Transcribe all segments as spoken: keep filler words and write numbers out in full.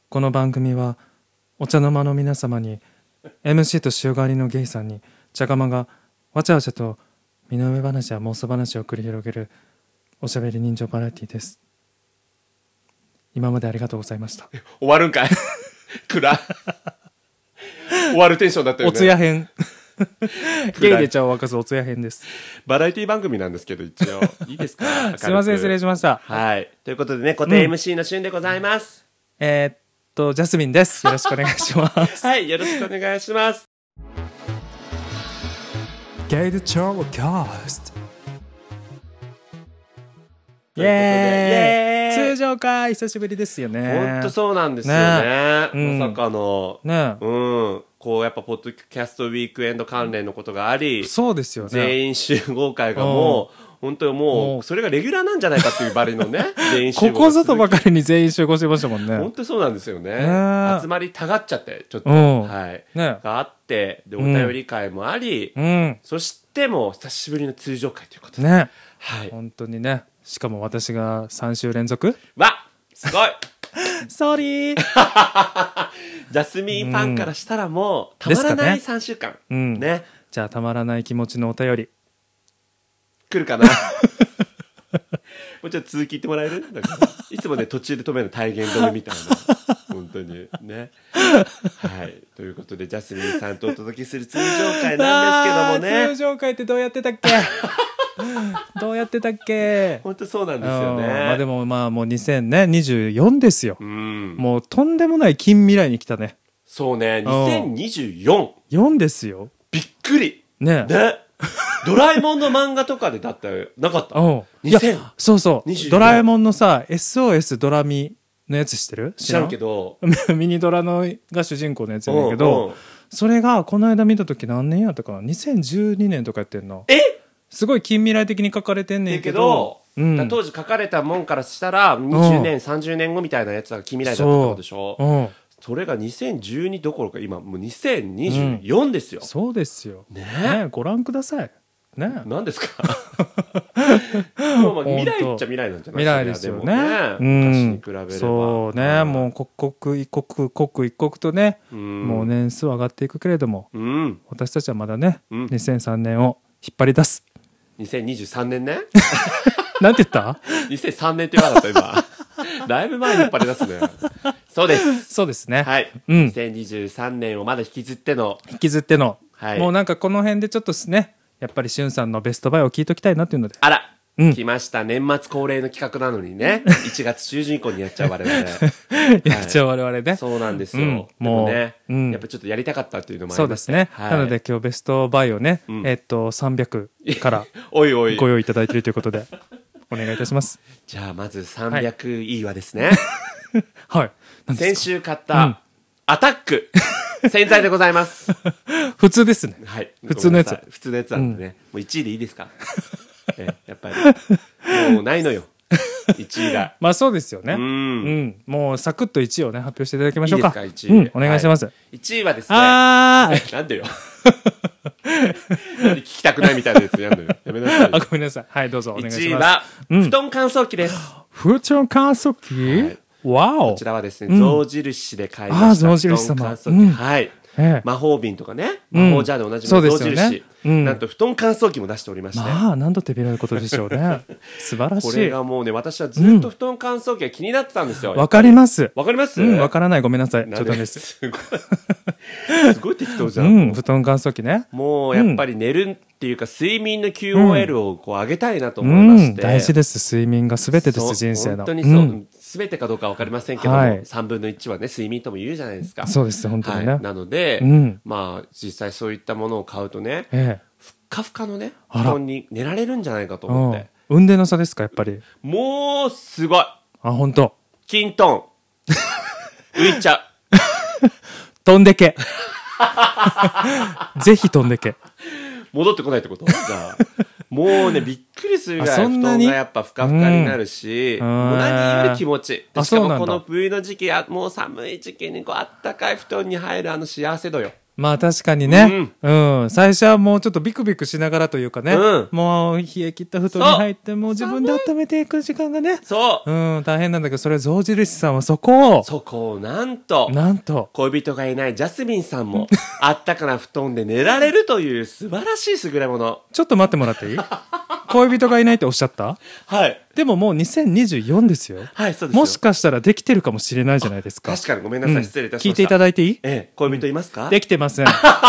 この番組はお茶の間の皆様に エムシー と週替わりのゲイさんに茶釜がわちゃわちゃと身の上話や妄想話を繰り広げるおしゃべり人情バラエティです。今までありがとうございました。 終わるんかい暗終わるテンションだったよね。 おつや編ゲイで茶を沸かすおつや編です。 バラエティ番組なんですけど一応いいですかすいません失礼しました。 はいということでね固定 エムシー のしゅんでございます、 うん、えー、っとジャスミンです。よろしくお願いしますはいよろしくお願いします。 ゲイで茶を沸かすイエーイ、通常回久しぶりですよね。 ほんとそうなんですよね、 ね、うん、 まさかの、 ね、 うんこうやっぱポッドキャストウィークエンド関連のことがあり、 そうですよね、 全員集合会がもう本当にもうそれがレギュラーなんじゃないかっていうバリのね全員集合ここぞとばかりに全員集合してましたもんね。 本当そうなんですよね、 ね、 集まりたがっちゃってちょっと、はい、ね、があってでお便り会もあり、うん、そしてもう久しぶりの通常会ということでね、 はい、 本当にね、しかも私がさん週連続わすごいソーリージャスミンファンからしたらもうたまらないさんしゅうかん、ね、うん、 ね、じゃあたまらない気持ちのお便り来るかなもうちょっと続き言ってもらえる？なんかいつもね途中で止めるの体言止めみたいな本当にねはいということでジャスミンさんとお届けする通常会なんですけどもね。 通常会ってどうやってたっけどうやってたっけ。 本当そうなんですよね。 まあでもまあもうにせんにじゅうよんですよ、うん、もうとんでもない近未来に来たね。 そうねにせんにじゅうよんよんですよ。 びっくりねねドラえもんの漫画とかでだったらなかった。 いやそうそうドラえもんのさ エスオーエス ドラミのやつ知ってる？ 知らんけどミニドラのが主人公のやつやねんけど、それがこの間見た時何年やったかなにせんじゅうにねんとかやってんの。 えすごい近未来的に書かれてんねんけど、 うん、当時書かれたもんからしたらにじゅうねんさんじゅうねんごみたいなやつが近未来だったってことでしょ。 そ,、うん、それがにせんじゅうにどころか今もうにせんにじゅうよんですよ、 うん、そうですよ ね, ねご覧くださいね。 何ですかもうまあ未来っちゃ未来なんじゃない未来ですよね。 ね、うん、昔に比べればそうね、うん、もう刻々一刻刻一刻とね、うん、もう年数上がっていくけれども、うん、私たちはまだね、うん、にせんさんねんを引っ張り出す。 にせんにじゅうさんねんねなんて言った？ にせんさんねんって言わなかった今だいぶ前に引っ張り出すねそうですそうですね、 はい、うん、にせんにじゅうさんねんをまだ引きずっての引きずっての、はい、もうなんかこの辺でちょっとねやっぱりしゅんさんのベストバイを聞いときたいなっていうので。 あら、うん、来ました。年末恒例の企画なのにねいちがつ中旬以降にやっちゃう我々やっちゃう我々ね、はい、 そうなんですよ、うん、もうね、うん、やっぱちょっとやりたかったっていうのもありまして、 そうですね、 はい、 なので今日ベストバイをね、うん、えー、っとさんびゃくからおいおいご用意いただいているということでお願いいたします。 じゃあまずさんびゃくいいわですねはい先週買った、うん、アタック洗剤でございます普通ですね、 はい、 普通のやつ普通のやつなんでね、うん、もういちいでいいですかえやっぱりもうないのよいちいがまあそうですよね、うん、うん、もうサクッといちいをね発表していただきましょうか。いいですかいちい、うん、お願いします、はい、 いちいはですねあなんでよ聞きたくないみたいなやつやんのよやめなさいあごめんなさい。はいどうぞお願いします。いちいは、うん、布団乾燥機です。 布団乾燥機、はい、わお。 こちらはですね、うん、象印で買いました布団乾燥機、うん、はい、ええ、魔法瓶とかね魔法ジャーでおなじみの象印、ね、うん、なんと布団乾燥機も出しておりまして、 まあ何度手広いことでしょうね素晴らしい。 これがもうね私はずっと布団乾燥機が気になってたんですよ。わ、 うん、かりますわかります、 うん、わからないごめんなさいちょっとですすごいすごい適当じゃん、 うん、布団乾燥機ね。 もうやっぱり寝るっていうか睡眠の キューオーエル をこう上げたいなと思いまして、うん、 大事です。睡眠が全てです。人生の本当にそう、うん、全てかどうか分かりませんけども、はい、さんぶんのいちはね睡眠とも言うじゃないですか。 そうです本当にね、 はい、なので、うん、まあ実際そういったものを買うとね、ええ、ふっかふかのね布団に寝られるんじゃないかと思って。 運転の差ですかやっぱり。 もうすごい。 あ本当。 キントン浮いちゃう飛んでけぜひ飛んでけ。 戻ってこないってこと？じゃあもうねびっくりするぐらい布団がやっぱふかふかになるし、うん、もう何より気持ちいい。しかもこの冬の時期やもう寒い時期にこうあったかい布団に入るあの幸せ度よ。 まあ確かにね、うん、うん、最初はもうちょっとビクビクしながらというかね、うん、もう冷え切った布団に入ってもう自分で温めていく時間がね、 そう、 うん、大変なんだけど、それ象印さんはそこをそこをなんとなんと恋人がいないジャスミンさんもあったかな布団で寝られるという素晴らしい優れもの。 ちょっと待ってもらっていい？恋人がいないっておっしゃった？ はい。 でももうにせんにじゅうよんですよ。 はい、そうですよ。 もしかしたらできてるかもしれないじゃないですか。 確かにごめんなさい、うん、失礼いたしました。 聞いていただいていい？ ええ、恋人いますか？ うん、できてません。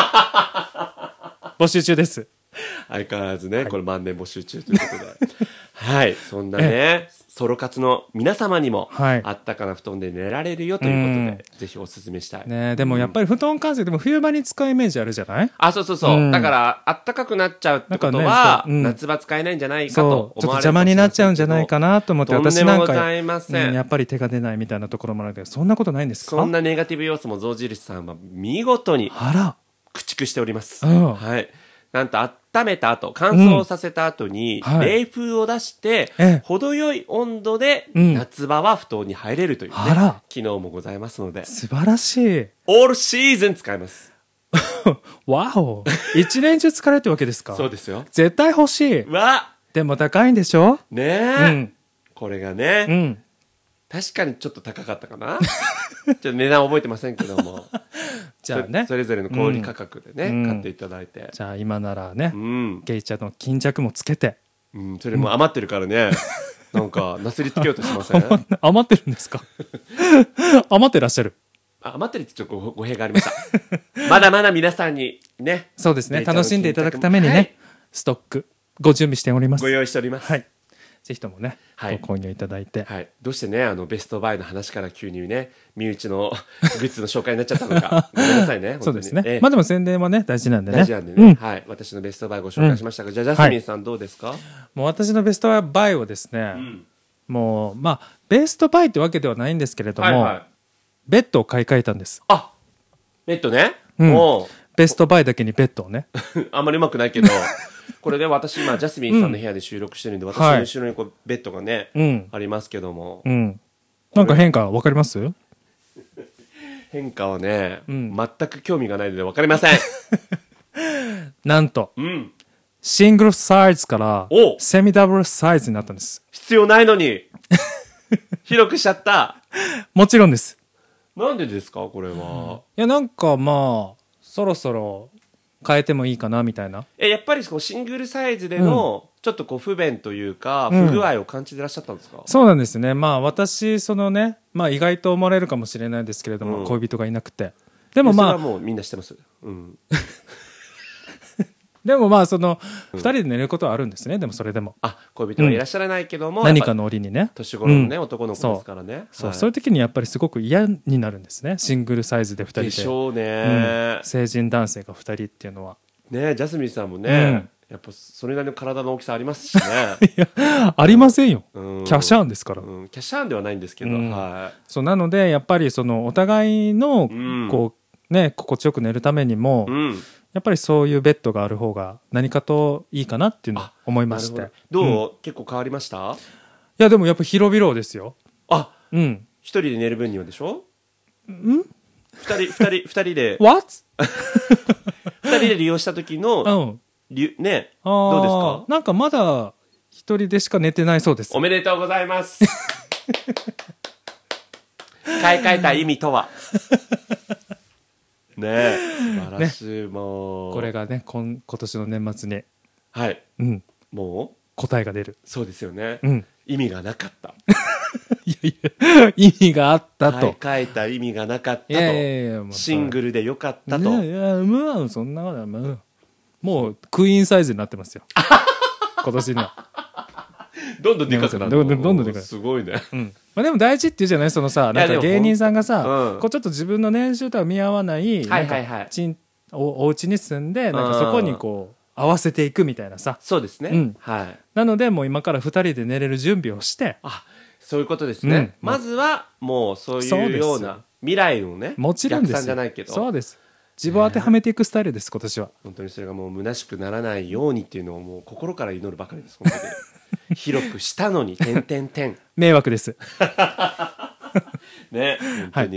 募集中です。 相変わらずね、はい、これ万年募集中ということで。はい、そんなね、ソロ活の皆様にも、はい、あったかな布団で寝られるよということで、ぜひお勧めしたい。 ね、でもやっぱり布団関係でも冬場に使うイメージあるじゃない？ あ、そうそうそう。うん、だから、あったかくなっちゃうってことは、ね、うん、夏場使えないんじゃないかと思われる。 ちょっと邪魔になっちゃうんじゃないかなと思って、私なんか、 とんでもございません、 うん、やっぱり手が出ないみたいなところもあるけど、そんなことないんですか？ そんなネガティブ要素も象印さんは見事に駆逐しております。 うん、 はい。なんと温めた後、乾燥させた後に、冷風を出して、うん、はい、程よい温度で夏場は布団に入れるというね、うん、機能もございますので、 素晴らしい。 オールシーズン使えます。 わお、一年中使えるってわけですか？ そうですよ。 絶対欲しい。 わ、 でも高いんでしょ？ ねえ、うん、これがね、うん、確かにちょっと高かったかな。ちょっと値段覚えてませんけども。 じゃあね、 そ, それぞれの小売価格でね、うん、買っていただいて、 じゃあ今ならね、うん、ゲイチャの巾着もつけて、 うん、それも余ってるからね、うん、なんかなすりつけようとしません？ 余ってるんですか？余ってらっしゃる？ あ、余ってるってちょっと語弊がありました。まだまだ皆さんにね、 そうですね、楽しんでいただくためにね、はい、ストックご準備しております。 ご用意しております。 はい、ぜひともね、はい、ご購入いただいて、 はい、どうしてね、あのベストバイの話から急にね、身内のグッズの紹介になっちゃったのか、ごめんなさいね。 そうですね、ええ、まあでも宣伝はね大事なんでね、 大事なんでね、うん、はい、私のベストバイご紹介しましたが、うん、じゃあジャスミンさんどうですか？はい、 もう私のベストバイはですね、うん、もうまあベストバイってわけではないんですけれども、はいはい、ベッドを買い替えたんです。 あ、ベッドね、 うん、もうベストバイだけにベッドをね。 あんまりうまくないけど。これで私今ジャスミンさんの部屋で収録してるんで、うん、私の後ろにこうベッドがね、はい、ありますけども、 うん、なんか変化分かります？ 変化はね、うん、全く興味がないので分かりません。 なんと、 うん、 シングルサイズからセミダブルサイズになったんです。 必要ないのに広くしちゃった。 もちろんです。 なんでですかこれは？ いやなんかまあそろそろ変えてもいいかなみたいな。 え、やっぱりこうシングルサイズでのちょっとこう不便というか、うん、不具合を感じてらっしゃったんですか？ そうなんですね。まあ私そのね、まあ意外と思われるかもしれないですけれども、うん、恋人がいなくて、でもまあそれはもうみんな知ってます。うん。 でもまあそのふたりで寝ることはあるんですね。でもそれでも、 あ、恋人はいらっしゃらないけども、 うん、何かの折にね、 年頃のね、うん、男の子ですからね。 そう、はい、そういう時にやっぱりすごく嫌になるんですね。シングルサイズでふたりで。 でしょうね、 うん、成人男性がふたりっていうのはね。ジャスミンさんもね、うん、やっぱそれなりの体の大きさありますしね。 いやありませんよ、うん、キャシャーンですから、 うん、キャシャーンではないんですけど、うん、はい、 そうなのでやっぱりそのお互いのこう、ね、心地よく寝るためにも、うん、やっぱりそういうベッドがある方が何かといいかなっていうのを思いまして。 どう、 うん、 結構変わりました？ いやでもやっぱ広々ですよ。 あ、 うん、 一人で寝る分にはでしょ？ ん？ 二人二人二人で What？ 二人で利用した時の、うん、ね、どうですか？ なんかまだ一人でしか寝てないそうです。 おめでとうございます。買い替えた意味とは。ねえ、素晴らしい、ね、もうこれがね今、今年の年末に、 はい、うん、もう答えが出る。 そうですよね、 うん、 意味がなかった。 いやいや意味があったと。 買い替えた意味がなかったと。いやいやいや、シングルでよかったと。 いやいや、もうそんなことはもうもうクイーンサイズになってますよ。今年には。 どんどんでかくなる。 どんどんどんどんでかく。 すごいね。 うん。まあでも大事って言うじゃない、そのさ、なんか芸人さんがさ、うん、こうちょっと自分の年収とは見合わない、はいはいはい、なんかちん お, お家に住んで、なんかそこにこう合わせていくみたいなさ。 そうですね。うん、はい。 なのでもう今からふたりで寝れる準備をして。 あ、そういうことですね。うん、まずはもうそういうような未来のね、 もちろんです。 逆算じゃないけど。 そうです。自分を当てはめていくスタイルです、今年は。 本当にそれがもう虚しくならないようにっていうのをもう心から祈るばかりです。本当に広くしたのに点点点。 迷惑です。 ね、本当に、はい、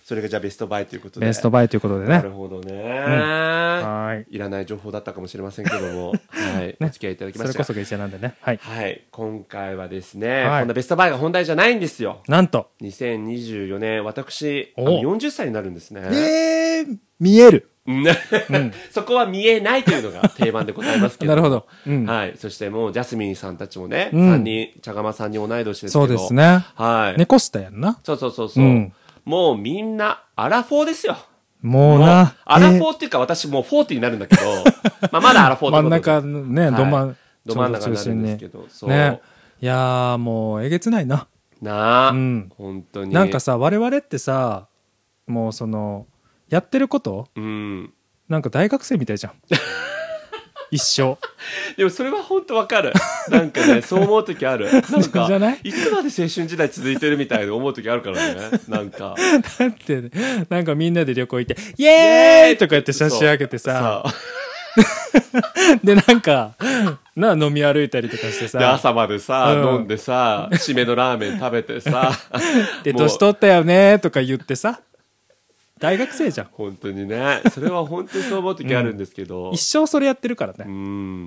それがじゃあベストバイということで。 ベストバイということでね。 なるほどね、うん、 はい。 いらない情報だったかもしれませんけども、はい、ね、お付き合いいただきました。 それこそ月謝なんでね。はい。 はい、今回はですね、 はい、 こんなベストバイが本題じゃないんですよ。 なんとにせんにじゅうよねん、私あのよんじゅっさいになるんですね。 えー、見える。 うん、そこは見えないというのが定番でございますけどなるほど、うん、 はい、そしてもうジャスミンさんたちもね、 うん、 さんにん茶釜さんに同い年ですけど、 そうですね、 はい、 猫下やんな。 そうそうそうそう、うん、もうみんなアラフォーですよ。 もうな、 もうアラフォーっていうか、私もうフォーティーになるんだけどまあまだアラフォーってことで真ん中ね、はい、ど真んど真ん中になるんですけど、そうね、いやーもうえげつないななあ、 うん、 本当になんかさ、我々ってさ、もうそのやってること、 うん、 なんか大学生みたいじゃん一生。 でもそれは本当わかる。なんかね、そう思う時ある。なんかじゃない？ いつまで青春時代続いてるみたいに思う時あるからね。なんかだって、ね、なんかみんなで旅行行ってイエーイとかやって写真上げてさでなんかな飲み歩いたりとかしてさ、 で朝までさ、うん、飲んでさ、締めのラーメン食べてさで年取ったよねとか言ってさ、大学生じゃん本当にね。それは本当にそう思う時あるんですけど、 うん、一生それやってるからね。 うん、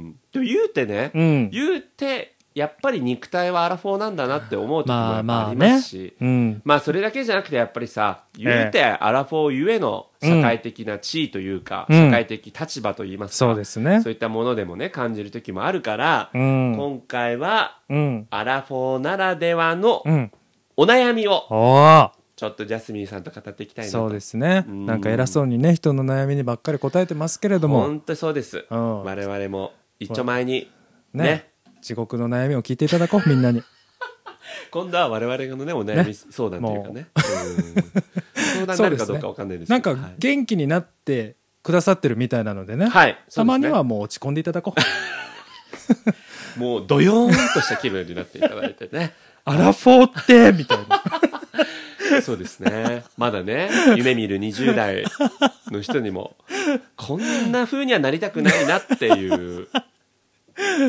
でも言うてね、 うん、 言うてやっぱり肉体はアラフォーなんだなって思う時もありますし、まあまあね、うん、まあそれだけじゃなくてやっぱりさ、言うてアラフォーゆえの社会的な地位というか、うん、社会的立場といいますか、 そうですね、 そういったものでもね感じる時もあるから、うん、今回は、 うん、 アラフォーならではのお悩みを、 うんちょっとジャスミンさんと語っていきたいなと。 そうですね、うん、なんか偉そうにね人の悩みにばっかり答えてますけれども、 本当そうです、うん、我々も一丁前に ね, ね地獄の悩みを聞いていただこうみんなに今度は我々のねお悩み相談というかね、相談になるかどうか分かんないですけど、 なんか元気になってくださってるみたいなのでね、 はい、 たまにはもう落ち込んでいただこうもうドヨーンとした気分になっていただいてねアラフォーってみたいなそうですね、まだね夢見るにじゅう代の人にもこんな風にはなりたくないなっていう、うん、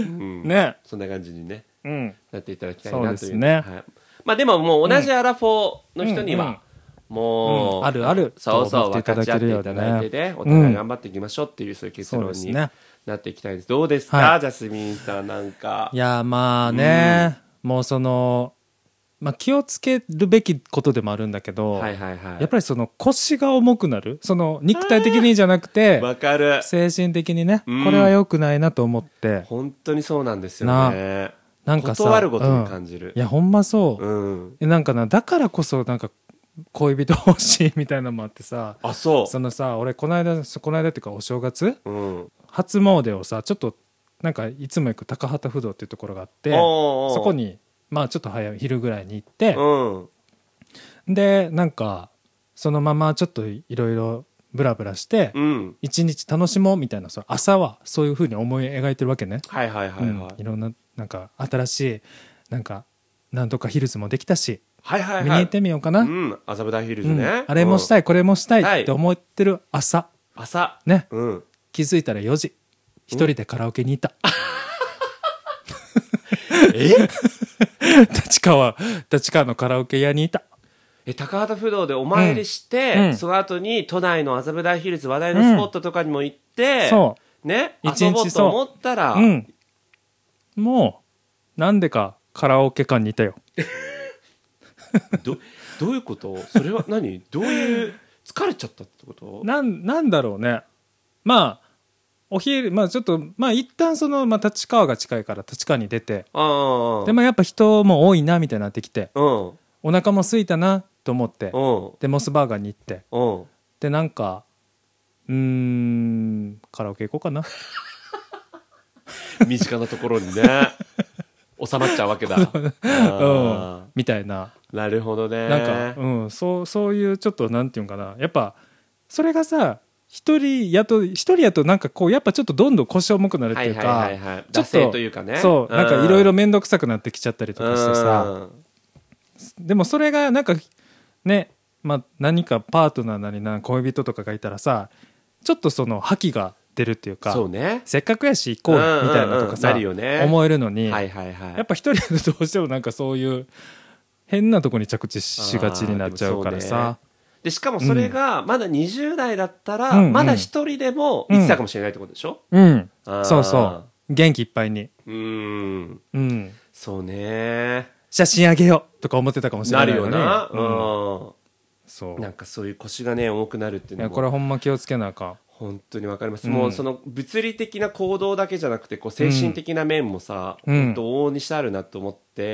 ね、そんな感じに、ね、うん、なっていただきたいなという。そうですね、はい、まあ、でももう同じアラフォーの人には、うんうんうん、もう、うん、 あるあるそうそう分かち合っていただいてね、お互い頑張っていきましょうっていう、そういう結論になっていきたいです。どうですか、はい、ジャスミンさん。なんかいやまあね、うん、もうそのまあ、気をつけるべきことでもあるんだけど、はいはいはい、やっぱりその腰が重くなる、その肉体的にじゃなくてわかる、 精神的にね、うん、これは良くないなと思って。 本当にそうなんですよね。な、なんかさ、断るごとに感じる、 うん、いやほんまそう、うん、なんかな、だからこそなんか恋人欲しいみたいなのもあってさ、 あ、そう、 そのさ、俺この間この間っていうかお正月、 うん、 初詣をさ、ちょっとなんかいつも行く高畑不動っていうところがあって、おーおー、そこにまあちょっと早い昼ぐらいに行って、うん、でなんかそのままちょっといろいろブラブラして一日楽しもうみたいな、そ朝はそういう風に思い描いてるわけね。 はいはいはいはい、うん、 いろんななんか新しいなんかなんとかヒルズもできたし、 はいはいはい、 見に行ってみようかな、うん、 麻布台ヒルズね、うん、 あれもしたい、うん、これもしたいって思ってる朝、 朝ね、 うん、 気づいたらよじ、一人でカラオケに行った、 え立川立川のカラオケ屋にいた。 え高畑不動でお参りして、うん、その後に都内の麻布台ヒルズ話題のスポットとかにも行って、うん、そうね、遊ぼうと思ったら、 うん、もうなんでかカラオケ館にいたよど, どういうこと？それは何？どういう疲れちゃったってこと？ なん、なんだろうね。まあお昼、まあちょっとまあ一旦その、まあ、立川が近いから立川に出て、 あでもやっぱ人も多いなみたいになってきて、 うん、 お腹も空いたなと思って、 うん、 でモスバーガーに行って、 うん、 でなんかうーんカラオケ行こうかな身近なところにね収まっちゃうわけだうん、みたいな。 なるほどね。 なんか、うん、そう、そういうちょっとなんていうんかな、やっぱそれがさ一人やと一人やとなんかこうやっぱちょっとどんどん腰重くなるっていうか、 はいはいはいはい、惰性というかね、 そうなんかいろいろ面倒くさくなってきちゃったりとかしてさ、でもそれがなんかね、まあ、何かパートナーなりな恋人とかがいたらさ、ちょっとその覇気が出るっていうか、 そうね、 せっかくやし行こうよみたいなとかさ、 うんうんうん、ね、 思えるのに、 はいはいはい、 やっぱ一人だとどうしてもなんかそういう変なとこに着地しがちになっちゃうからさ。 でしかもそれがまだにじゅう代だったら、 うんうん、 まだ一人でも言ってたかもしれないってことでしょ。 うん、 あそうそう元気いっぱいにうーん、 うん、 そうね、 写真あげようとか思ってたかもしれないのになるよな、うんうん、そうなんかそういう腰がね重くなるっていうのもいやこれほんま気をつけなあかん。 本当にわかります、 うん、 もうその物理的な行動だけじゃなくてこう精神的な面もさ、うん、本当往々にしてあるなと思って、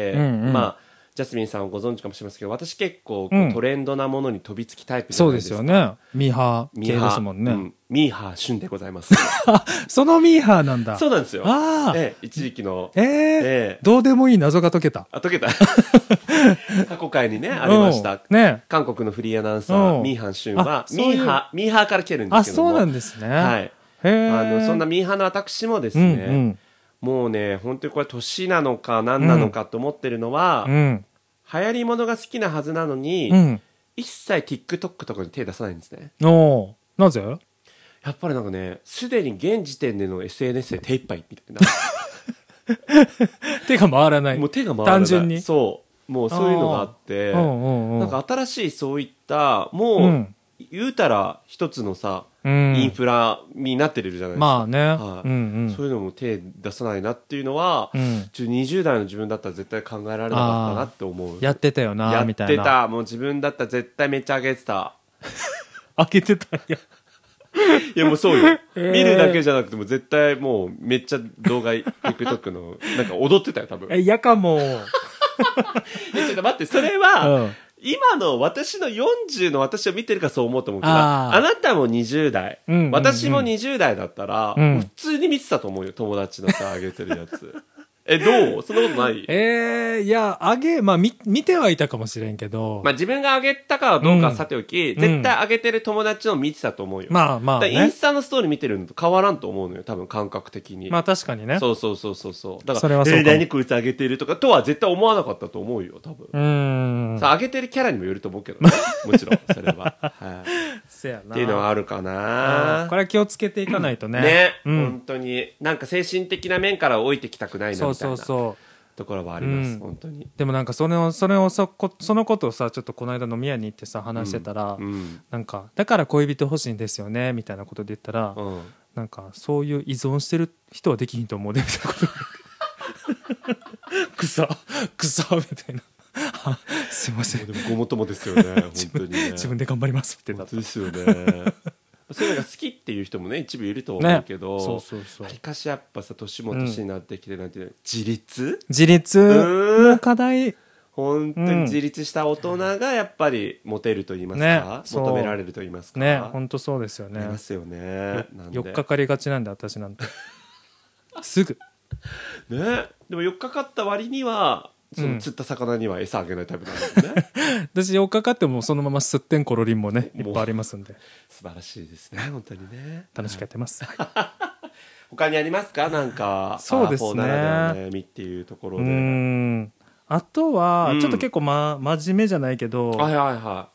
うんうん、まあジャスミンさんはご存知かもしれませんけど、私結構こう、うん、トレンドなものに飛びつきタイプじゃないですか。 そうですよね。ミーハー系ですもんね。 ミーハー、うん、ミーハー旬でございます。 そのミーハーなんだ。 そうなんですよ。 ああ、 ええ、一時期の、 えーえー、どうでもいい謎が解けた。 あ、解けた。過去回にねありました。ね、韓国のフリーアナウンサーミーハー旬はミーハーミーハーから来てるんですけども。 あ、そうなんですね。 はい。 へあのそんなミーハーの私もですね。うんうん、もうね本当にこれ年なのか何なのかと思ってるのは。うんうん、流行り物が好きなはずなのに、うん、一切 TikTok とかに手出さないんですね。 おなぜ？ やっぱりなんかねすでに現時点での エスエヌエス で手一杯みたいな手が回らない。 もう手が回らない単純にそうもうそういうのがあってなんか新しいそういったもう、うん、言うたら一つのさ、うん、インフラになってるじゃないですか。 まあね、 はいうんうん、そういうのも手出さないなっていうのは、うん、にじゅう代の自分だったら絶対考えられなかったなって思う。 やってたよなみたいな。 やってた。もう自分だったら絶対めっちゃ上げてた上げてたんやいやもうそうよ、えー、見るだけじゃなくても絶対もうめっちゃ動画 TikTok のなんか踊ってたよ多分。 えやかもえちょっと待ってそれは、うん今の私のよんじゅうの私を見てるからそう思うと思うけど あ, あなたもにじゅう代、うんうんうん、私もにじゅう代だったら、うん、普通に見てたと思うよ友達のさ上げてるやつえどうそんなことない？ えー、いや上げまあ見見てはいたかもしれんけど、 まあ、自分が上げたかどうかはさておき、うん、絶対上げてる友達の見てたと思うよ。 まあまあ、ね、 インスタのストーリー見てるのと変わらんと思うのよ多分感覚的に。 まあ確かにね。 そうそうそうそうそうだからそれはそうかも。 えー、何こいつ上げてるとかとは絶対思わなかったと思うよ多分。うーんさあ上げてるキャラにもよると思うけどねもちろんそれは、はい、 せやなっていうのはあるかな。 これは気をつけていかないとねね、うん、本当になんか精神的な面から置いてきたくないなみたいなそうそうそうところはあります、うん、本当に。 でもなんかそれをそれをそこそのことをさちょっとこの間飲み屋に行ってさ話してたら、うんうん、なんかだから恋人欲しいんですよねみたいなことで言ったら、うん、なんかそういう依存してる人はできひんと思うでみたいなことくさくさみたいなすいませんでもごもっともですよね本当にね自分で頑張りますって本当ですよねそういうのが好きっていう人もね一部いると思うけど、ね、そうそうそう。わりかしやっぱさ年も年になってきてなんて、うん、自立自立の課題本当に自立した大人がやっぱりモテると言いますか、ね、求められると言いますかね本当そうですよね。 ありますよね。 なんでよっかかりがちなんで私なんてすぐねでもよっかかった割にはその釣った魚には餌あげないタイプなんですね、 うん、私よっかかってもそのまますってんころりんもねいっぱいありますんで素晴らしいですね本当にね楽しくやってます、 他にありますかなんかそうですねアラフォーならではの悩みっていうところで。うーんあとは、うん、ちょっと結構、ま、真面目じゃないけど、 はいはいはい、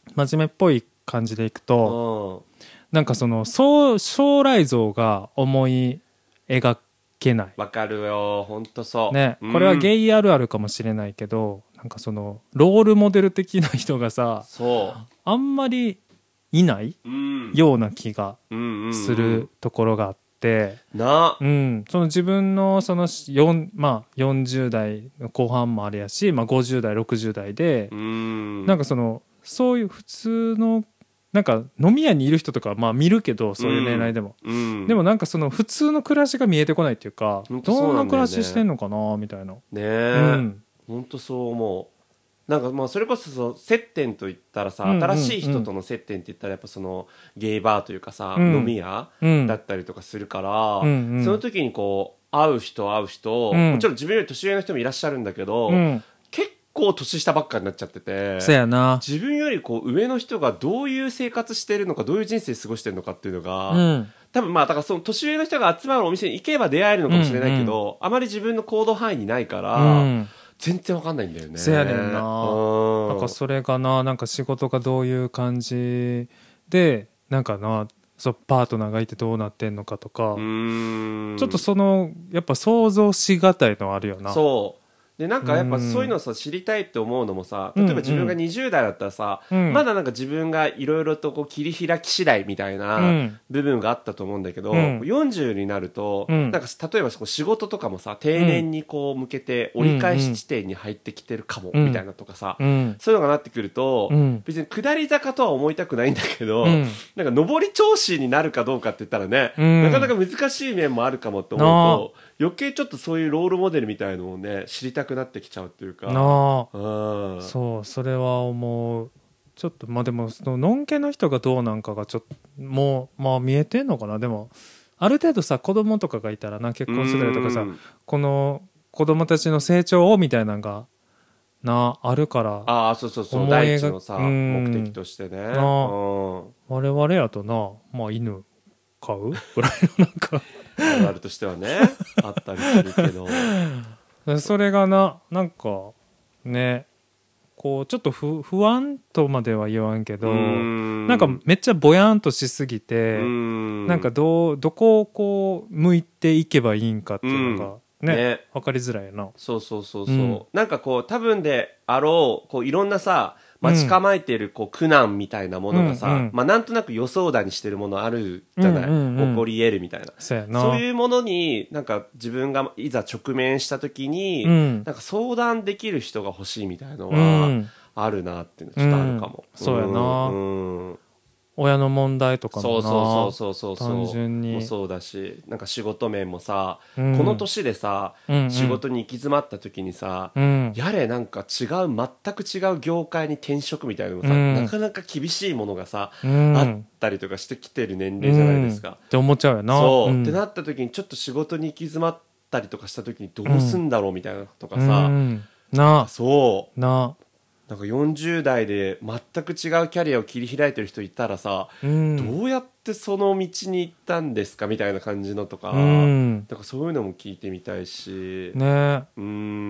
真面目っぽい感じでいくと、うん、なんかそのそう将来像が思い描けない。 わかるよ本当そうね、うん、これはゲイあるあるかもしれないけどなんかそのロールモデル的な人がさそうあんまりいないような気がするところがあって、 な、 うん、その自分のそのよん、まあ、よんじゅう代の後半もあるやし、まあ、ごじゅう代ろくじゅう代でうんなんかそのそういう普通のなんか飲み屋にいる人とかまあ見るけどそういう年代でも、うんうん、でもなんかその普通の暮らしが見えてこないっていうか、ね、どんな暮らししてんのかなみたいなねえ、うん、ほんとそう思う。なんかまあそれこそそ接点といったらさ、うんうんうん、新しい人との接点って言ったらやっぱそのゲイバーというかさ、うん、飲み屋、うん、だったりとかするから、うんうん、その時にこう会う人会う人、うん、もちろん自分より年上の人もいらっしゃるんだけど、うん、結構年下ばっかになっちゃってて、 そうやな、 自分よりこう上の人がどういう生活してるのかどういう人生過ごしてるのかっていうのが、うん、多分まあだからその年上の人が集まるお店に行けば出会えるのかもしれないけど、うんうん、あまり自分の行動範囲にないから、うん、全然わかんないんだよね。 そうやねんな。なんかそれがな、なんか仕事がどういう感じでなんかな、そうパートナーがいてどうなってんのかとか、うーんちょっとそのやっぱ想像しがたいのあるよな。 そうでなんかやっぱそういうのをさ知りたいって思うのもさ、例えば自分がにじゅう代だったらさ、 うん、 まだなんか自分がいろいろとこう切り開き次第みたいな部分があったと思うんだけど、うん、よんじゅうになると、うん、なんか例えば仕事とかもさ定年にこう向けて折り返し地点に入ってきてるかもみたいなとかさ、うん、そういうのがなってくると、うん、別に下り坂とは思いたくないんだけど、うん、なんか上り調子になるかどうかって言ったらね、うん、なかなか難しい面もあるかもって思うと、余計ちょっとそういうロールモデルみたいのをね知りたくなってきちゃうっていうか、 なあ、うん、そうそれは思う。ちょっとまあでもそののんけの人がどうなんかがちょっともうまあ見えてんのかな。でもある程度さ子供とかがいたらな、結婚するとかさ、この子供たちの成長をみたいなのがなあるから、 ああそうそうそう、第一のさ目的としてね、な、うん、 我々やとな、まあ犬飼うぐらいのなんかあるあるとしてはねあったりするけどそれがな、なんかね、こうちょっと不、不安とまでは言わんけど、んなんかめっちゃぼやんとしすぎて、んなんかどうどこをこう向いていけばいいんかっていうのがね、ね、分かりづらいな。 そうそうそうそう、うん、なんかこう多分であろうこういろんなさ待ち構えているこう苦難みたいなものがさ、うんうん、まあ、なんとなく予想だにしてるものあるじゃない、うんうんうん、起こり得るみたいな、そうやな、そういうものになんか自分がいざ直面した時に、うん、なんか相談できる人が欲しいみたいなのはあるなっていうのちょっとあるかも、 うん、そうやな、うん、親の問題とかもな、 そうそうそうそうそう、 単純にもそうだし、なんか仕事面もさ、うん、この年でさ、うんうん、仕事に行き詰まった時にさ、うん、やれなんか違う全く違う業界に転職みたいなのもさ、うん、なかなか厳しいものがさ、うん、あったりとかしてきてる年齢じゃないですか、うん、 って思っちゃうよな。 そう、 うん、 ってなった時にちょっと仕事に行き詰まったりとかした時にどうすんだろうみたいなとかさ、うん、 なそうななんかよんじゅう代で全く違うキャリアを切り開いてる人いたらさ、うん、どうやってその道に行ったんですかみたいな感じのとか、うん、だからそういうのも聞いてみたいしね、うん、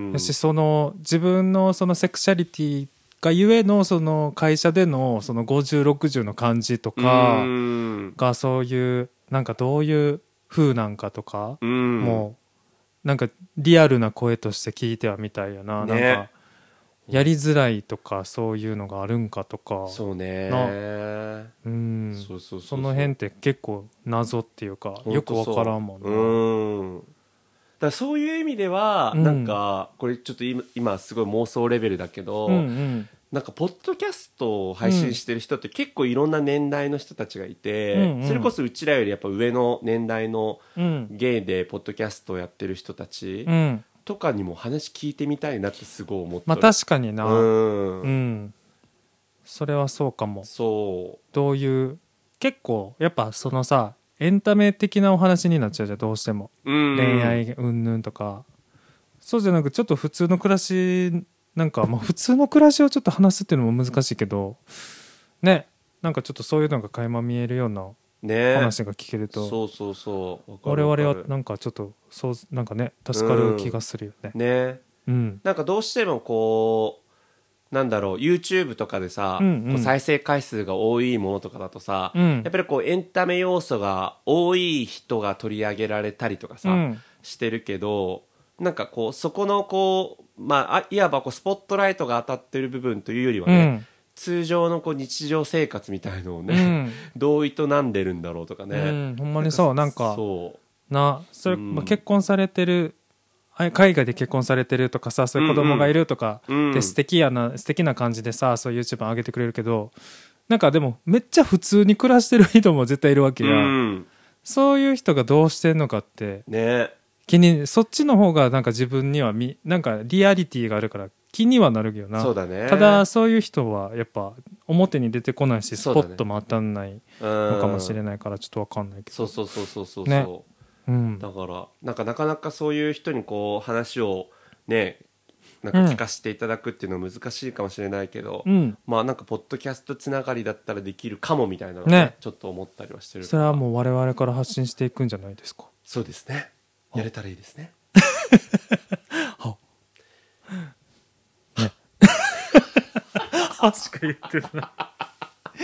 やしその自分のそのセクシャリティがゆえのその会社でのそのごじゅうろくじゅうの感じとかがそういうなんかどういう風なんかとか、うん、もうなんかリアルな声として聞いてはみたいよな、ね、なんかやりづらいとかそういうのがあるんかとか、 そうね、 うん、そうそうそうそう、その辺って結構謎っていうかよくわからんもんな。 うん、だからそういう意味では、うん、なんかこれちょっと 今, 今すごい妄想レベルだけど、うんうん、なんかポッドキャストを配信してる人って結構いろんな年代の人たちがいて、うんうん、それこそうちらよりやっぱ上の年代のゲイでポッドキャストをやってる人たち、うんとかにも話聞いてみたいなってすごい思って。 まあ確かにな、うん、うん、それはそうかも。 そうどういう結構やっぱそのさエンタメ的なお話になっちゃうじゃんどうしても、うん、恋愛云々とかそうじゃなくちょっと普通の暮らしなんか、まあ、普通の暮らしをちょっと話すっていうのも難しいけどね、なんかちょっとそういうのが垣間見えるようなね、話が聞けると、 そうそうそう、 我々はなんかちょっとそうなんかね助かる気がするよね、 うん、ね、うん、なんかどうしてもこうなんだろう YouTube とかでさ、うんうん、こう再生回数が多いものとかだとさ、うん、やっぱりこうエンタメ要素が多い人が取り上げられたりとかさ、うん、してるけどなんかこうそこのこうまあいわばこうスポットライトが当たってる部分というよりはね、うん、通常のこう日常生活みたいのをね、うん、どう営んでるんだろうとかね、うん、 ほんまにそうなんかそうなそれ、まあ、結婚されてる海外で結婚されてるとかさそういう子供がいるとかで素敵やな、うん、素敵な感じでさそういう YouTube 上げてくれるけどなんかでもめっちゃ普通に暮らしてる人も絶対いるわけや、うん、そういう人がどうしてんのかってね気にそっちの方がなんか自分にはみなんかリアリティがあるから気にはなるけどな。 そうだね。 ただそういう人はやっぱ表に出てこないしスポットも当たんないのかもしれないからちょっと分かんないけど。 そうそうそうそうそうそう、ねうん、だからなんかなかなかそういう人にこう話をねなんか聞かせていただくっていうのは難しいかもしれないけど、うん、まあなんかポッドキャストつながりだったらできるかもみたいなのね、ねちょっと思ったりはしてる。 それはもう我々から発信していくんじゃないですか。 そうですね。やれたらいいですね。 はね。はしか言ってない。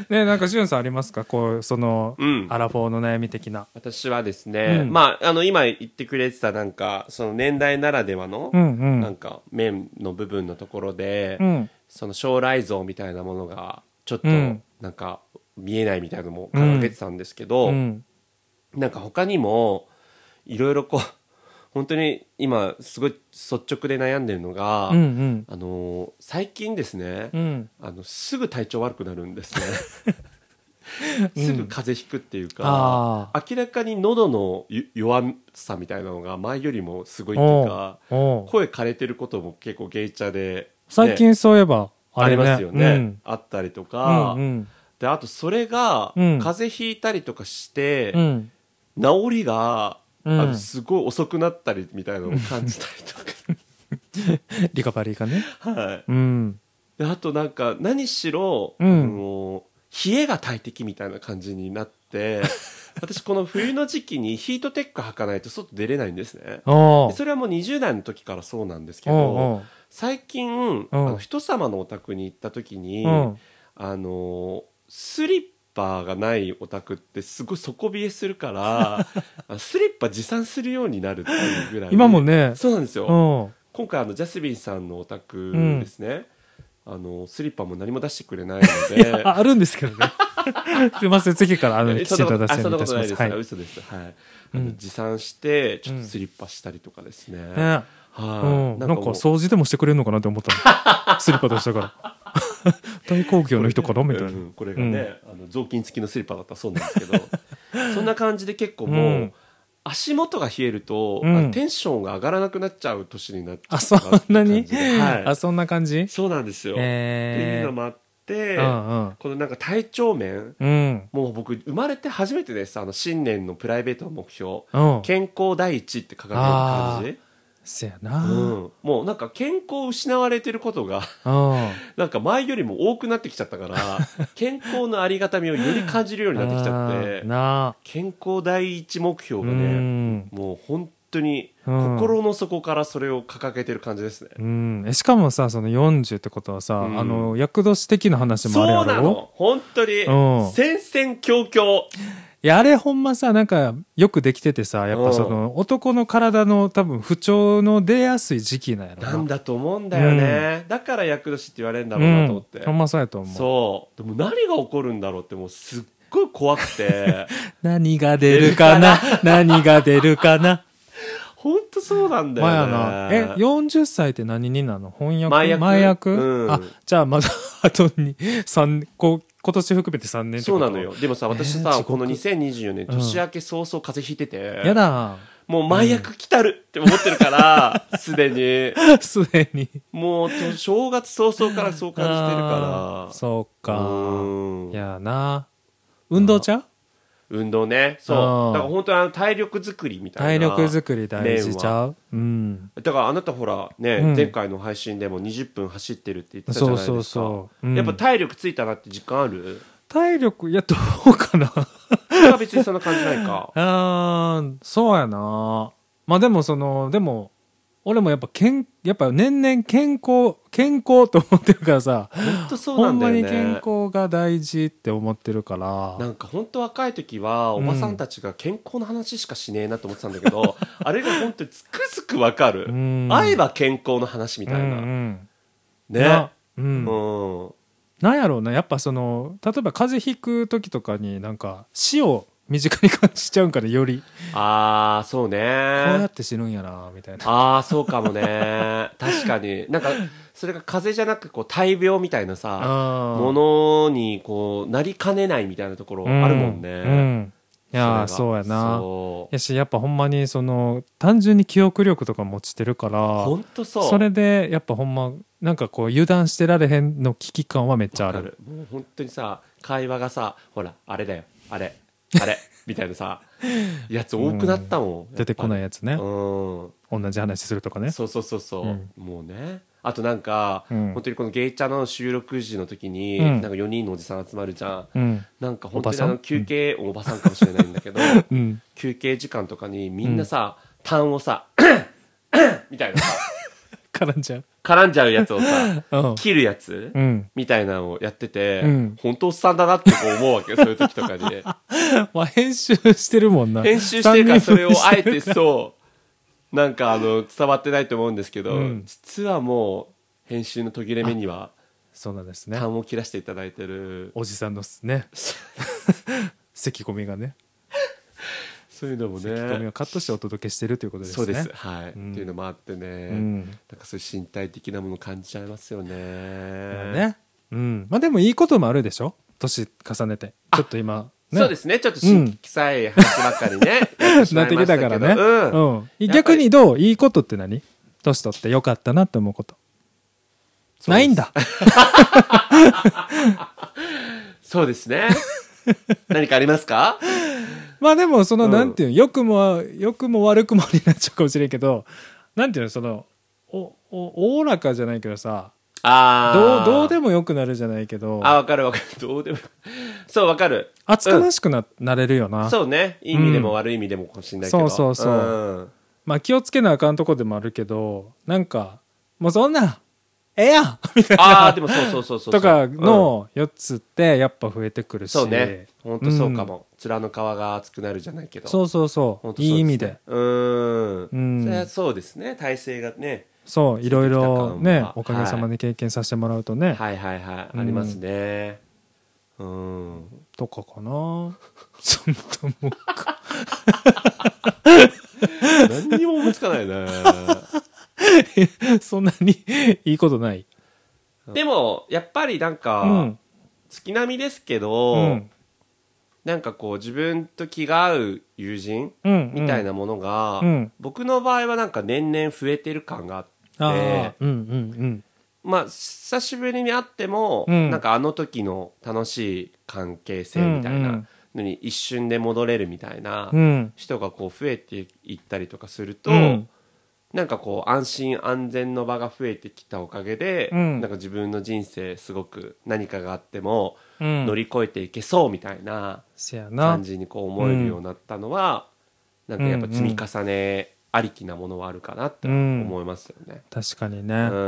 ね、なんかしゅんさんありますか、こうその、 うん、 アラフォーの悩み的な。 私はですね、 うん、 まああの今言ってくれてたなんかその年代ならではの、 うんうん、 なんか面の部分のところで、 うん、 その将来像みたいなものがちょっとうんなんか見えないみたいなのも掲げてたんですけど、 うん、 なんか他にもいろいろこう本当に今すごい率直で悩んでるのが、 うんうん、 あの最近ですね、 うん、 あのすぐ体調悪くなるんですねすぐ風邪ひくっていうか、 あ明らかに喉のゆ弱さみたいなのが前よりもすごいっていうか、 おう声枯れてることも結構ゲイチャで、ね、 最近そういえばああれ、ね、 りますよね、 うん、 あったりとか、 うんうん、 であとそれがうん風邪ひいたりとかして、 うん、 治りが、 うん、 あのすごい遅くなったりみたいなのを感じたりとかリカバリーがね、 はい、 うん、 であとなんか何しろ、 うん、 あの冷えが大敵みたいな感じになって私この冬の時期にヒートテック履かないと外出れないんですね。 おでそれはもうにじゅう代の時からそうなんですけおど、 う最近あの人様のお宅に行った時に、 うん、 あのスリッパがないお宅ってすごい底冷えするからあスリッパ持参するようになるっていうぐらい今もね、 そうなんですよ。 うん、 今回あのジャスミンさんのお宅ですね、うん、あのスリッパも何も出してくれないのであ, あるんですけどねすいません、次からあのきちんと出すようにいたします。はい、 嘘です、はい、あの持参してちょっとスリッパしたりとかですね、うんね、 はい、うん、なんか掃除でもしてくれるのかなって思ったのスリッパとしたから大工業の人かなみたいな、うん、 これがね、うん、あの雑巾付きのスリッパだったそうなんですけどそんな感じで結構もう、うん、足元が冷えると、うん、テンションが上がらなくなっちゃう年になっちゃう。 あ、そんなに、 はい、 あ、そんな感じ。 そうなんですよ、 えー、 っていうのもあって、 うんうん、このなんか体調面、 うん、 もう僕生まれて初めてです。あの新年のプライベートの目標、 うん、 健康第一って掲げる感じ。 せやな、 うん、もうなんか健康を失われてることがなんか前よりも多くなってきちゃったから健康のありがたみをより感じるようになってきちゃってな、 健康第一目標がね、うん、もう本当に心の底からそれを掲げてる感じですね、 うん、しかもさ、そのよんじゅうってことはさ、うん、あの厄年的な話もあるやろ。 そうなの、本当に、うん、戦々恐々。 いや、あれほんまさ、なんかよくできててさ、やっぱその男の体の多分不調の出やすい時期なんやろな。 なんだと思うんだよね、うん、だから厄年って言われるんだろうなと思って、 うん、ほんまそうやと思う。 そうでも何が起こるんだろうってもうすっごい怖くて何が出るかな何が出るかな本当そうなんだよね。 まあやな。え、よんじゅっさいって何になるの？翻訳？ 前役？ 前役？ うん、 あ、じゃあまだあとにさんこう今年含めてさんねんってこと。 そうなのよ。でもさ、私さ、えー、このにせんにじゅうよねん年明け早々風邪ひいてて、 うん、やだ、 もう前役来たるって思ってるからすで、うん、にすでにもう正月早々からそう感じてるから。 そうか、うん、いやな、運動ちゃう？ 運動ね、そうだから本当にあの体力作りみたいな、 体力作り大事ちゃう、うん、 だからあなたほらね、うん、前回の配信でもにじゅっぷん走ってるって言ってたじゃないですか。そうそうそう、うん、やっぱ体力ついたなって実感ある？ 体力、いやどうかな別にそんな感じないかあー、そうやな。まあでもそのでも俺もやっぱけんやっぱ年々健康健康と思ってるからさ、 本当そうなんだよね。 ほんまに健康が大事って思ってるから、 なんか本当若い時はおばさんたちが健康の話しかしねえなと思ってたんだけど、うん、あれが本当につくづくわかる、うん、会えば健康の話みたいな、うんうん、ね、 うん、うん、なんやろうな、やっぱその例えば風邪ひく時とかになんか死を身近に感じちゃうんからより、 ああそうね、こうやって死ぬんやなみたいな、 ああそうかもね確かになんかそれが風邪じゃなくこう大病みたいなさものにこうなりかねないみたいなところあるもんね、うんうん、 いやそうやな。やしやっぱほんまにその単純に記憶力とかも落ちてるから、 ほんとそう、 それでやっぱほんまなんかこう油断してられへんの危機感はめっちゃある。 わかる、もう本当にさ会話がさほらあれだよあれあれみたいなさやつ多くなったもん、 うん、出てこないやつね、 うん、 同じ話するとかね。 そうそうそうそう、うん、もうね、あとなんか、うん、本当にこのゲイチャの収録時の時に、うん、なんかよにんのおじさん集まるじゃん、うん、なんか本当にあの休憩 お, おばさんかもしれないんだけど、うん、休憩時間とかにみんなさ、痰をさみたいなさ絡んじゃう絡んじゃうやつをさ、 うん切るやつ、 うん、 みたいなのをやってて、 うん、 本当おっさんだなってこう思うわけよ、そういう時とかに。 まあ編集してるもんな。 編集してるからそれをあえてう。 そうなんかあの伝わってないと思うんですけど、 うん、 実はもう編集の途切れ目にはそうなんですね。 痰を切らせていただいてるおじさんのね咳込みがね、 そういうのもね、 咳込みをカットしてお届けしてるということですね。 そうです、はい、 うん、 っていうのもあってね、 うん、 なんかそういう身体的なものを感じちゃいますよね。 ね、うん、まあでもいいこともあるでしょ、年重ねてちょっと今、ね、 そうですね、ちょっと新規臭い話ばっかりね、うん、やってしまいましたけど、 なってきたからね、うんうん、逆にどう、いいことって何、年取ってよかったなって思うことないんだそうですね何かありますか？ まあでもその、うん、なんていうの、良くも良くも悪くもになっちゃうかもしれんけど、なんていうの、そのおおおおらかじゃないけどさ、 あどうどうでもよくなるじゃないけど、 あ、わかるわかる、どうでもそうわかる、 厚かましく な,、うん、なれるよな。 そうね、いい意味でも悪い意味でもかもしれないけど、 うん、そうそうそう、うん、まあ気をつけなあかんとこでもあるけど、なんかもうそんなええやんみたいな、 あーでもそうそうそうそうとかのよっつってやっぱ増えてくるし、 そうね、ほんとそうかも、うん、面の皮が厚くなるじゃないけど、 そうそうそう、そう、ね、いい意味で、 うーん、うん、それはそうですね、体制がね、 そういろいろね、おかげさまで経験させてもらうとね、 はいはいはい、うん、ありますね、うんとかかなそんなもんか何にも思いつかないねそんなにいいことない。 でもやっぱりなんか、うん、月並みですけど、うん、なんかこう自分と気が合う友人、うん、みたいなものが、うん、僕の場合はなんか年々増えてる感があって、あ、うんうんうん、まあ久しぶりに会っても、うん、なんかあの時の楽しい関係性みたいなのに一瞬で戻れるみたいな人がこう増えていったりとかすると、うん、なんかこう安心安全の場が増えてきたおかげで、うん、なんか自分の人生すごく何かがあっても乗り越えていけそうみたいな感じにこう思えるようになったのは、うん、なんかやっぱ積み重ねありきなものはあるかなって思いますよね、 うん、確かにね、うん、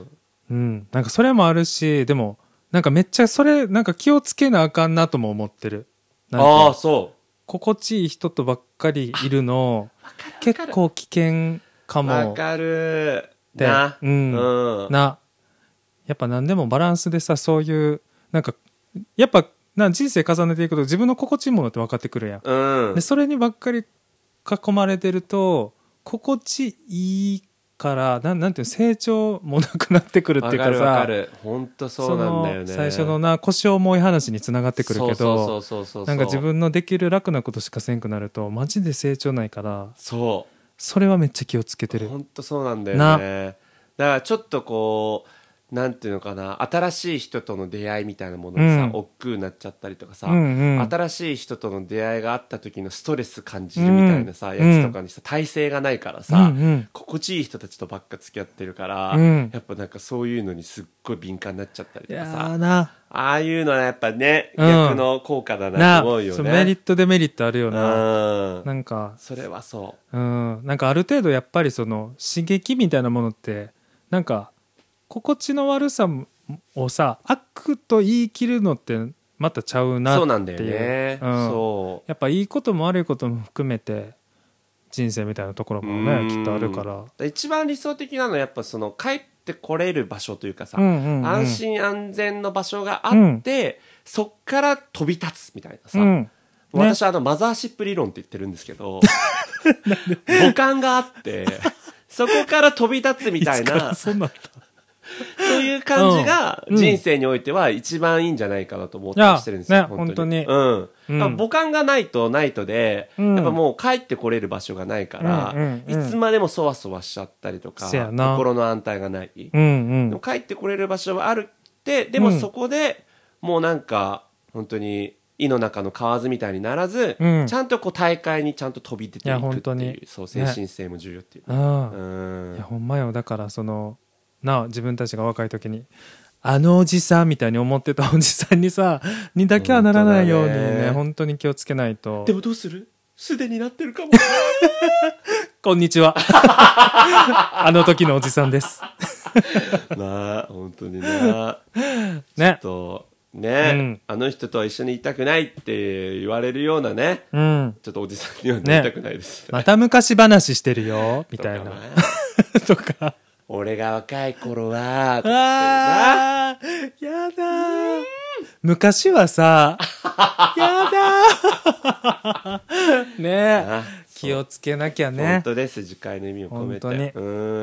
うん、なんかそれもあるし、でもなんかめっちゃそれなんか気をつけなあかんなとも思ってる。なんかああ、そう、 心地いい人とばっかりいるの結構危険かも。 わかるな、うん、うん、な、やっぱ何でもバランスでさ、そういうなんかやっぱな人生重ねていくと自分の心地いいものって分かってくるやん、うん、でそれにばっかり囲まれてると心地いいからな ん, なんていう成長もなくなってくるっていうかさ、 わかるわかる、本当そうなんだよね。 最初のな腰重い話につながってくるけど、なんか自分のできる楽なことしかせんくなるとマジで成長ないから、 そうそれはめっちゃ気をつけてる。 本当そうなんだよね。だからちょっとこうなんていうのかな、新しい人との出会いみたいなものにさ、うん、億劫になっちゃったりとかさ、うんうん、新しい人との出会いがあった時のストレス感じるみたいなさ、うん、やつとかにさ、体制がないからさ、うんうん、心地いい人たちとばっか付き合ってるから、うん、やっぱなんかそういうのにすっごい敏感になっちゃったりとかさ、ああいうのはやっぱね、うん、逆の効果だなと思うよね。 メリットデメリットあるよな、うん、なんかそれはそう、 うん、なんかある程度やっぱりその刺激みたいなものってなんか心地の悪さをさ悪と言い切るのってまたちゃうなっていう。 そうなんだよね、うん、そうやっぱいいことも悪いことも含めて人生みたいなところもねきっとあるから、 一番理想的なのはやっぱその帰ってこれる場所というかさ、うんうんうん、安心安全の場所があって、うん、そっから飛び立つみたいなさ、うんね、私はあのマザーシップ理論って言ってるんですけど母艦があってそこから飛び立つみたいなそうなんだそういう感じが人生においては一番いいんじゃないかなと思ってしてるんですよ、 ね、本当に、 うんうん、母艦がないとないとで、うん、やっぱもう帰ってこれる場所がないから、うんうんうん、いつまでもそわそわしちゃったりとか心の安泰がない、うんうん、でも帰ってこれる場所はあるってでもそこでもうなんか本当に井の中の蛙みたいにならず、うん、ちゃんとこう大会にちゃんと飛び出ていくっていう、そう精神性も重要っていう、ね、 うん、いやほんまよ。だからそのな自分たちが若い時にあのおじさんみたいに思ってたおじさんにさにだけはならないようにね、本当本当に気をつけないと。 でもどうする、すでになってるかもこんにちはあの時のおじさんですまあ本当になね。 とね、 うん、 あの人とは一緒にいたくないって言われるようなね、 うん、 ちょっとおじさんにはなりたくないです、ね、 また昔話してるよみたいなとか俺が若い頃はあーやだー昔はさやだーねえ気をつけなきゃね。 本当です。次回の意味を込めて本当に、 うん、うん、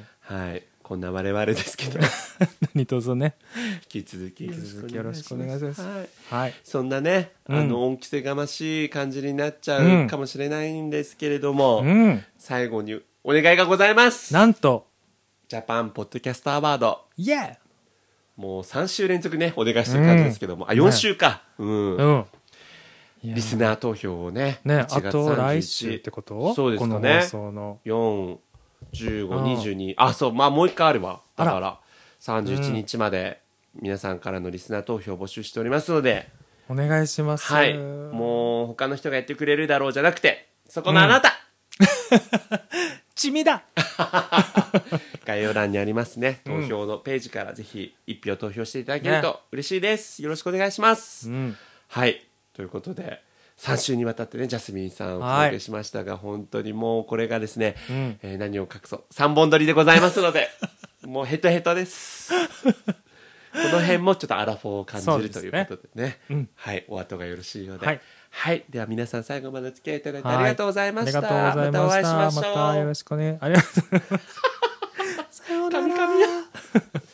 はい、こんな我々ですけど何卒ね引き続きよろしくお願いします。 はい、 はい、 そんなね、 うん、 あの恩着せがましい感じになっちゃうかもしれないんですけれども、 うん、 最後にお願いがございます。 なんとジャパンポッドキャストアワード、 イエーもうさん週連続ねお願いしてる感じですけども、うん、あよん週か、ね、うん、うんリスナー投票をね、 ね、あと来週ってこと？ そうですかね。 この放送のよん、じゅうご、にじゅうに、あ、そう、まあもう一回あるわ。だからさんじゅういちにちまで皆さんからのリスナー投票を募集しておりますので、 お願いします。 はい、もう他の人がやってくれるだろうじゃなくて、そこのあなた、うん、 地味だ概要欄にありますね、投票のページからぜひ一票投票していただけると嬉しいです、ね、よろしくお願いします、うん、はいということでさん週にわたってねジャスミンさんをお届けしましたが、はい、本当にもうこれがですね、うんえー、何を隠そうさんぼん撮りでございますのでもうヘトヘトですこの辺もちょっとアラフォーを感じる、ね、ということでね、うん、はいお後がよろしいようで、はい、はい、では皆さん最後までお付き合いいただいてありがとうございました、はい、ありがとうございました。またお会いしましょう。 またよろしくね。ありがとうございます。さようなら。